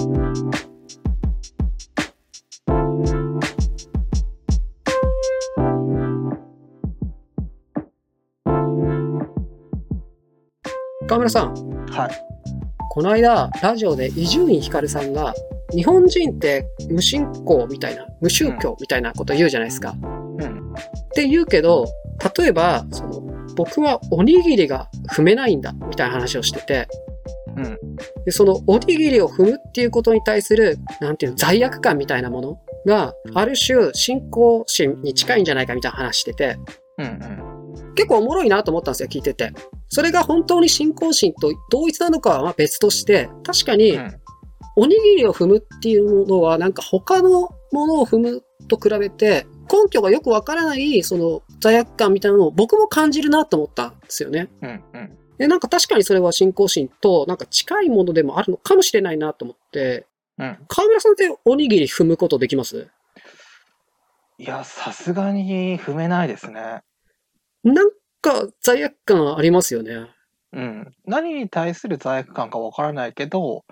川村さん、 はい。 この間ラジオで伊集院光さんが日本人って無信仰みたいな、無宗教みたいなこと言うじゃないですか。って言うけど、例えば僕はおにぎりが踏めないんだみたいな話をしてて、でそのおにぎりを踏むっていうことに対するなんていうの、罪悪感みたいなものがある種信仰心に近いんじゃないかみたいな話してて、結構おもろいなと思ったんですよ、聞いてて。それが本当に信仰心と同一なのかはまあ別として、確かにおにぎりを踏むっていうものはなんか他のものを踏むと比べて根拠がよくわからないその罪悪感みたいなのを僕も感じるなと思ったんですよね。で、なんか確かにそれは信仰心となんか近いものでもあるのかもしれないなと思って、川村さんっておにぎり踏むことできます？ いや、さすがに踏めないですね。 なんか罪悪感ありますよね。 何に対する罪悪感かわからないけど、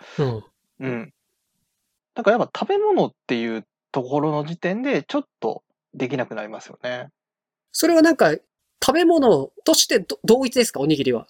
なんかやっぱ食べ物っていうところの時点でちょっとできなくなりますよね。 それはなんか食べ物として同一ですか、おにぎりは？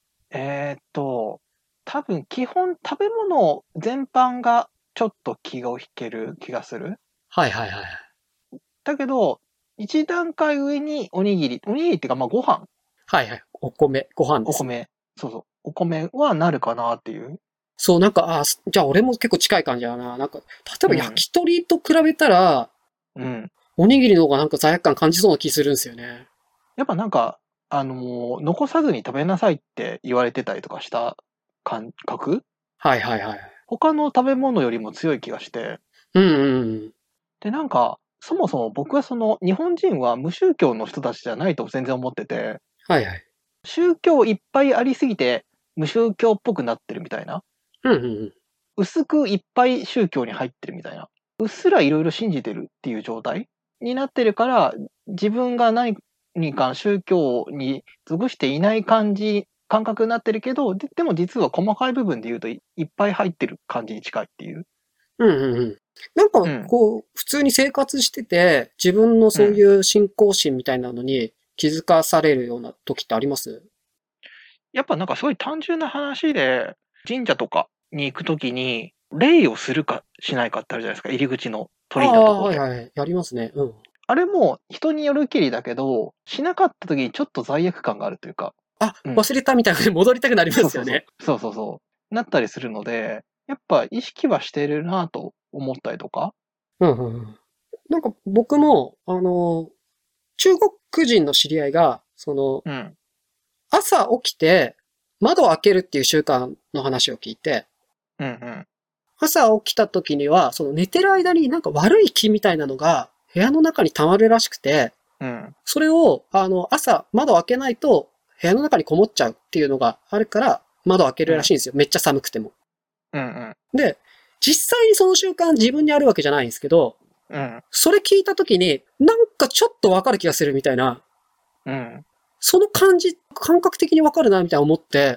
多分基本食べ物全般がちょっと気を引ける気がする。だけど、一段階上におにぎりっていうかまあご飯。 お米、ご飯です。 お米。そう。お米はなるかなっていう。 そう、なんか、じゃあ俺も結構近い感じだな。なんか、例えば焼き鳥と比べたら、おにぎりの方がなんか罪悪感感じそうな気するんですよね。 やっぱなんか、残さずに食べなさいって言われてたりとかした感覚？他の食べ物よりも強い気がして。で、なんか、そもそも僕は日本人は無宗教の人たちじゃないと全然思ってて。宗教いっぱいありすぎて無宗教っぽくなってるみたいな。薄くいっぱい宗教に入ってるみたいな。うっすらいろいろ信じてるっていう状態になってるから、自分が何か宗教に属していない感覚になってるけど、でも実は細かい部分で言うといっぱい入ってる感じに近いっていう。 なんか、こう、普通に生活してて、自分のそういう信仰心みたいなのに気づかされるような時ってあります？ やっぱなんかすごい単純な話で、神社とかに行くときに、礼をするかしないかってあるじゃないですか、入り口の鳥居のところで。 やりますね。 あれも人によるきりだけど、しなかった時にちょっと罪悪感があるというか。 忘れたみたいなので戻りたくなりますよね。 そう。なったりするので、やっぱ意識はしてるなと思ったりとか。 なんか僕も、中国人の知り合いが、朝起きて窓を開けるっていう習慣の話を聞いて、朝起きた時には、寝てる間になんか悪い気みたいなのが部屋の中に溜まるらしくて、それを、朝窓を開けないと部屋の中にこもっちゃうっていうのがあるから窓を開けるらしいんですよ。めっちゃ寒くても。で、実際にその習慣自分にあるわけじゃないんですけど、それ聞いた時になんかちょっとわかる気がするみたいな、その感覚的にわかるなみたいな思って、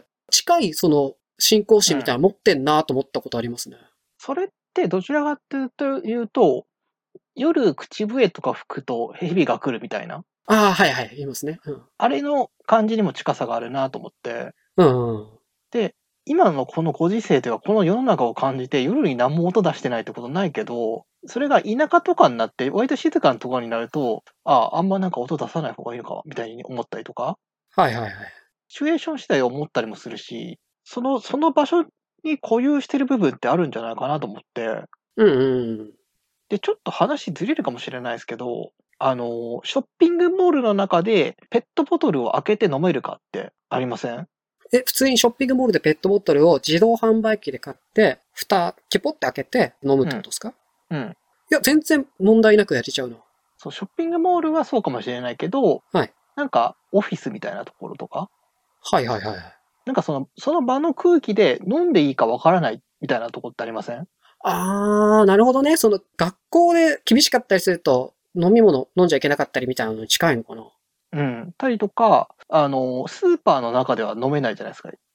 近い信仰心みたいなの持ってんなと思ったことありますね。 それってどちらかというと、夜口笛とか吹くと蛇が来るみたいな。 言いますね。 あれの感じにも近さがあるなと思って。で、今のこのご時世というか、この世の中を感じて夜に何も音出してないってことないけど、それが田舎とかになって、割と静かなところになると、あんまなんか音出さない方がいいのか、みたいに思ったりとか。シチュエーション次第思ったりもするし、その場所に固有してる部分ってあるんじゃないかなと思って。で、ちょっと話ずれるかもしれないですけど、ショッピングモールの中でペットボトルを開けて飲めるかってありません？ 普通にショッピングモールでペットボトルを自動販売機で買って、蓋、キュポって開けて飲むってことですか？いや、全然問題なくやれちゃうの。 そう、ショッピングモールはそうかもしれないけど、なんか、オフィスみたいなところとか。なんかその場の空気で飲んでいいかわからないみたいなとこってありません？ なるほどね。学校で厳しかったりすると、飲み物飲んじゃいけなかったりみたいなのに近いのかな。 たりとか、スーパーの中では飲めないじゃないですか。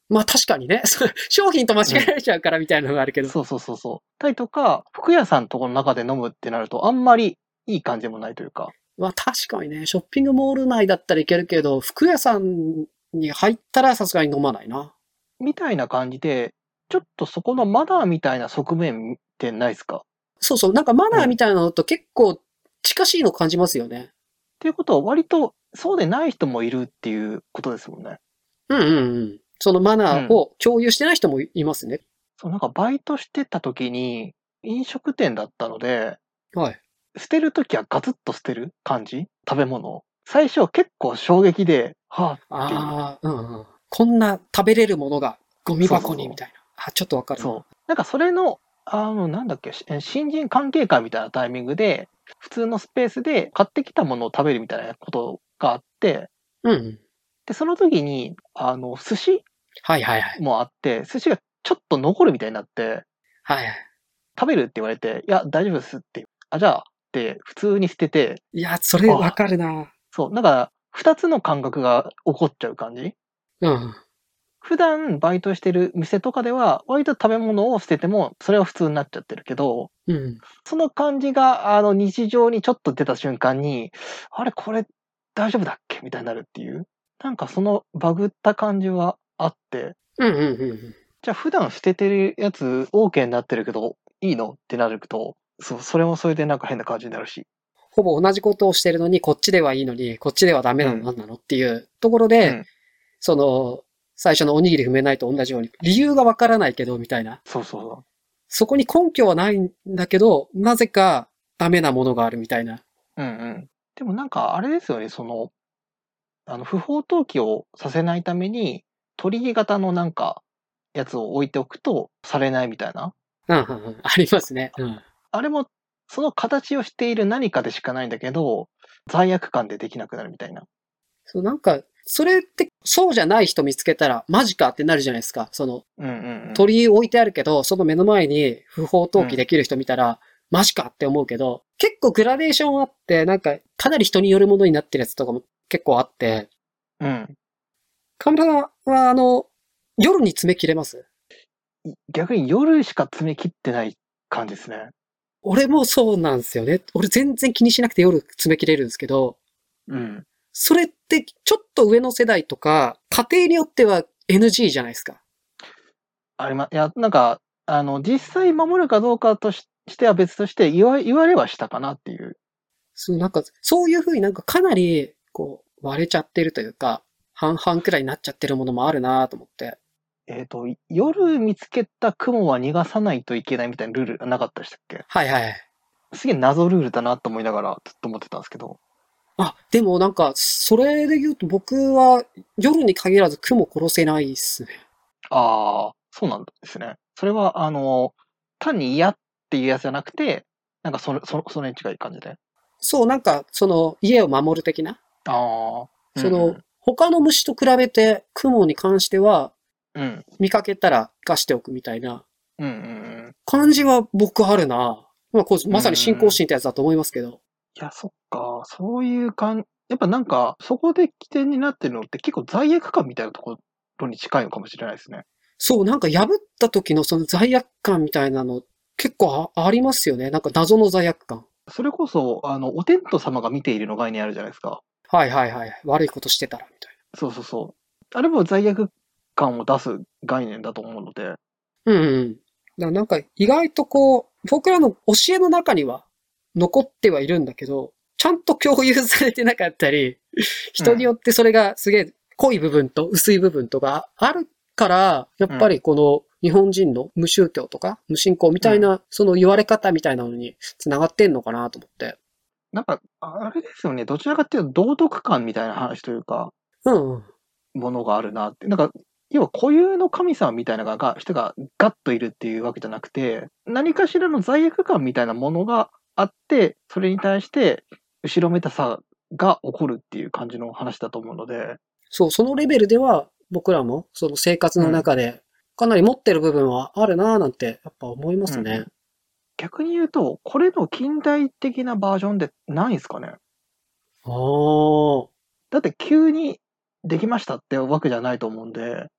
まあ確かにね。商品と間違えられちゃうからみたいなのがあるけど。 そうそうそうそう。たりとか、服屋さんとこの中で飲むってなると、あんまりいい感じもないというか。 まあ確かにね、ショッピングモール内だったらいけるけど、服屋さんに入ったらさすがに飲まないな。 みたいな感じで、ちょっとそこのマナーみたいな側面ってないですか？ そうそう、なんかマナーみたいなのと結構近しいの感じますよね。 っていうことは割とそうでない人もいるっていうことですもんね。 うんうんうん。そのマナーを共有してない人もいますね。 そう、なんかバイトしてた時に、飲食店だったので、 はい。 捨てるときはガツッと捨てる感じ？食べ物を。最初結構衝撃で、はぁっていう。 ああ、うんうん。こんな食べれるものがゴミ箱にみたいな。あ、ちょっとわかるな。 そう。なんかそれの、なんだっけ、新人関係会みたいなタイミングで、普通のスペースで買ってきたものを食べるみたいなことがあって、 うん。 で、その時に、寿司はいはいはい。 もあって、寿司がちょっと残るみたいになって、 はいはい。 食べるって言われて、いや、大丈夫ですって。あ、じゃあ、って普通に捨てて、 いや、それわかるな。 そう、なんか、二つの感覚が起こっちゃう感じ。 うん。 普段バイトしてる店とかでは、割と食べ物を捨てても、それは普通になっちゃってるけど、 うん。 その感じが、日常にちょっと出た瞬間に、あれ、これ大丈夫だっけみたいになるっていう。なんかそのバグった感じはあって、 うんうんうん。 じゃあ普段捨ててるやつ OK になってるけど、いいのってなると、そう、それもそれでなんか変な感じになるし。 ほぼ同じことをしてるのに、こっちではいいのに、こっちではダメなのなんなのっていうところで、その、最初のおにぎり踏めないと同じように、理由がわからないけど、みたいな。 そうそうそう。 そこに根拠はないんだけど、なぜかダメなものがあるみたいな。 うんうん。でもなんかあれですよね、不法投棄をさせないために、取り型のなんか、やつを置いておくとされないみたいな。 うんうんうん。ありますね。うん。 あれも、その形をしている何かでしかないんだけど、罪悪感でできなくなるみたいな。 そう、なんか、それって、そうじゃない人見つけたら、マジかってなるじゃないですか。その、鳥居置いてあるけど、その目の前に不法投棄できる人見たら、マジかって思うけど、結構グラデーションあって、なんか、かなり人によるものになってるやつとかも結構あって。 うん。 神田は、夜に詰め切れます？ 逆に夜しか詰め切ってない感じですね。 俺もそうなんですよね。俺全然気にしなくて夜詰め切れるんですけど、 うん。 それってちょっと上の世代とか、家庭によっては NG じゃないですか。 いや、なんか、実際守るかどうかとしては別として言われはしたかなっていう。 そう、なんか、そういうふうになんかかなり、こう、割れちゃってるというか、半々くらいになっちゃってるものもあるなと思って。 夜見つけた雲は逃がさないといけないみたいなルールなかったでしたっけ？ はいはい。 すげえ謎ルールだなと思いながらずっと思ってたんですけど。 あ、でもなんか、それで言うと僕は夜に限らず雲殺せないっすね。 ああ、そうなんですね。それは、単に嫌っていうやつじゃなくて、なんかそれに近い感じで。 そう、なんか、その、家を守る的な。 ああ、 その、他の虫と比べて、雲に関しては、見かけたら生かしておくみたいな、感じは僕あるな。まあ、まさに信仰心ってやつだと思いますけど。 いや、そっか、そういうやっぱなんか、そこで起点になってるのって結構罪悪感みたいなところに近いのかもしれないですね。 そう、なんか破った時のその罪悪感みたいなの、結構ありますよね。なんか謎の罪悪感。 それこそ、お天道様が見ているの概念あるじゃないですか。 はいはいはい。悪いことしてたら、みたいな。そうそうそう。あれも罪悪感を出す概念だと思うので。 うんうん。なんか意外とこう、僕らの教えの中には残ってはいるんだけど、ちゃんと共有されてなかったり、人によってそれがすげえ濃い部分と薄い部分とかあるから、やっぱりこの日本人の無宗教とか無信仰みたいな、その言われ方みたいなのに繋がってんのかなと思って。 なんか、あれですよね。どちらかっていうと道徳観みたいな話というか、ものがあるなって。なんか、要は固有の神様みたいな人がガッといるっていうわけじゃなくて、何かしらの罪悪感みたいなものがあって、それに対して後ろめたさが起こるっていう感じの話だと思うので。 そう、そのレベルでは僕らもその生活の中でかなり持ってる部分はあるなぁなんてやっぱ思いますね。 逆に言うと、これの近代的なバージョンでないんですかね？だって急にできましたってわけじゃないと思うんで。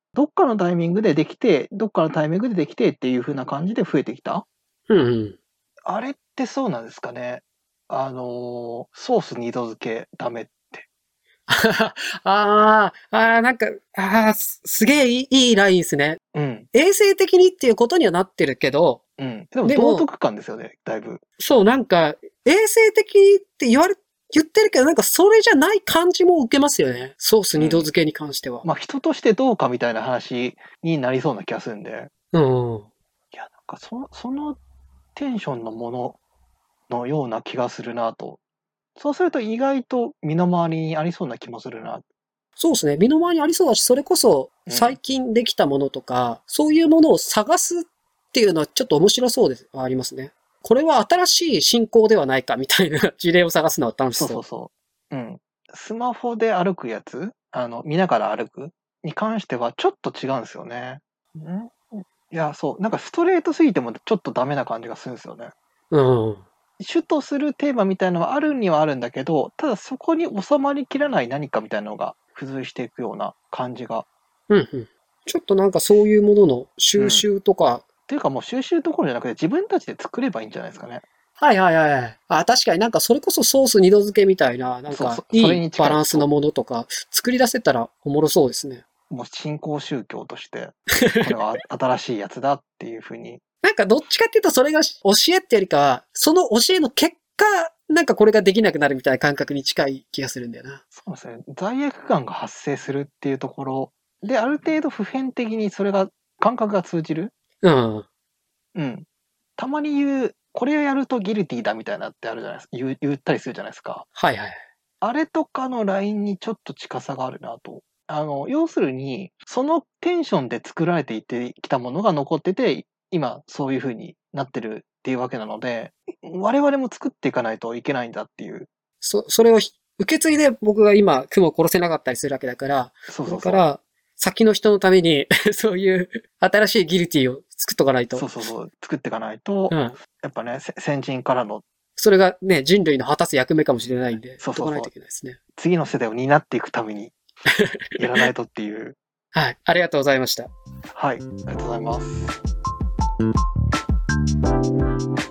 どっかのタイミングでできて、どっかのタイミングでできてっていう風な感じで増えてきた。 うんうん。 あれってそうなんですかね。ソース二度漬けダメって。 なんか、すげえいいラインですね。 うん。 衛生的にっていうことにはなってるけど、 うん。でも道徳感ですよね、だいぶ。 そう、なんか、衛生的にって言ってるけど、なんかそれじゃない感じも受けますよね。ソース二度漬けに関しては。 まあ人としてどうかみたいな話になりそうな気がするんで。 うん。 いや、なんかそのテンションのもののような気がするなと。そうすると意外と身の回りにありそうな気もするな。 そうですね。身の回りにありそうだし、それこそ最近できたものとか、そういうものを探すっていうのはちょっと面白そうですありますね。これは新しい進行ではないかみたいな事例を探すのは楽しそう。 そうそうそう。うん。スマホで歩くやつ、見ながら歩くに関してはちょっと違うんですよね。いや、そう。なんかストレートすぎてもちょっとダメな感じがするんですよね。 うん。 主とするテーマみたいなのはあるにはあるんだけど、ただそこに収まりきらない何かみたいなのが付随していくような感じが。 うんうん。ちょっとなんかそういうものの収集とか。 っていうかもう収集どころじゃなくて自分たちで作ればいいんじゃないですかね。 はいはいはい。確かになんかそれこそソース二度漬けみたいな、なんかいいバランスのものとか作り出せたらおもろそうですね。 もう新興宗教として、これは新しいやつだっていうふうに。 なんかどっちかっていうとそれが教えってよりかは、その教えの結果、なんかこれができなくなるみたいな感覚に近い気がするんだよな。 そうですね。罪悪感が発生するっていうところで、ある程度普遍的にそれが、感覚が通じる。 うん。 うん。たまに言う、これをやるとギルティだみたいなってあるじゃないですか。言ったりするじゃないですか。 はいはい。 あれとかのラインにちょっと近さがあるなと。要するに、そのテンションで作られていってきたものが残ってて、今そういう風になってるっていうわけなので、我々も作っていかないといけないんだっていう。 それを受け継いで僕が今、雲を殺せなかったりするわけだから、だから、先の人のためにそういう新しいギルティを作っとかないと。 そう。作っていかないと、やっぱね、先人からの。 それがね、人類の果たす役目かもしれないんで、やっとかないといけないですね。 次の世代を担っていくために、やらないとっていう。 はい。ありがとうございました。 はい。ありがとうございます。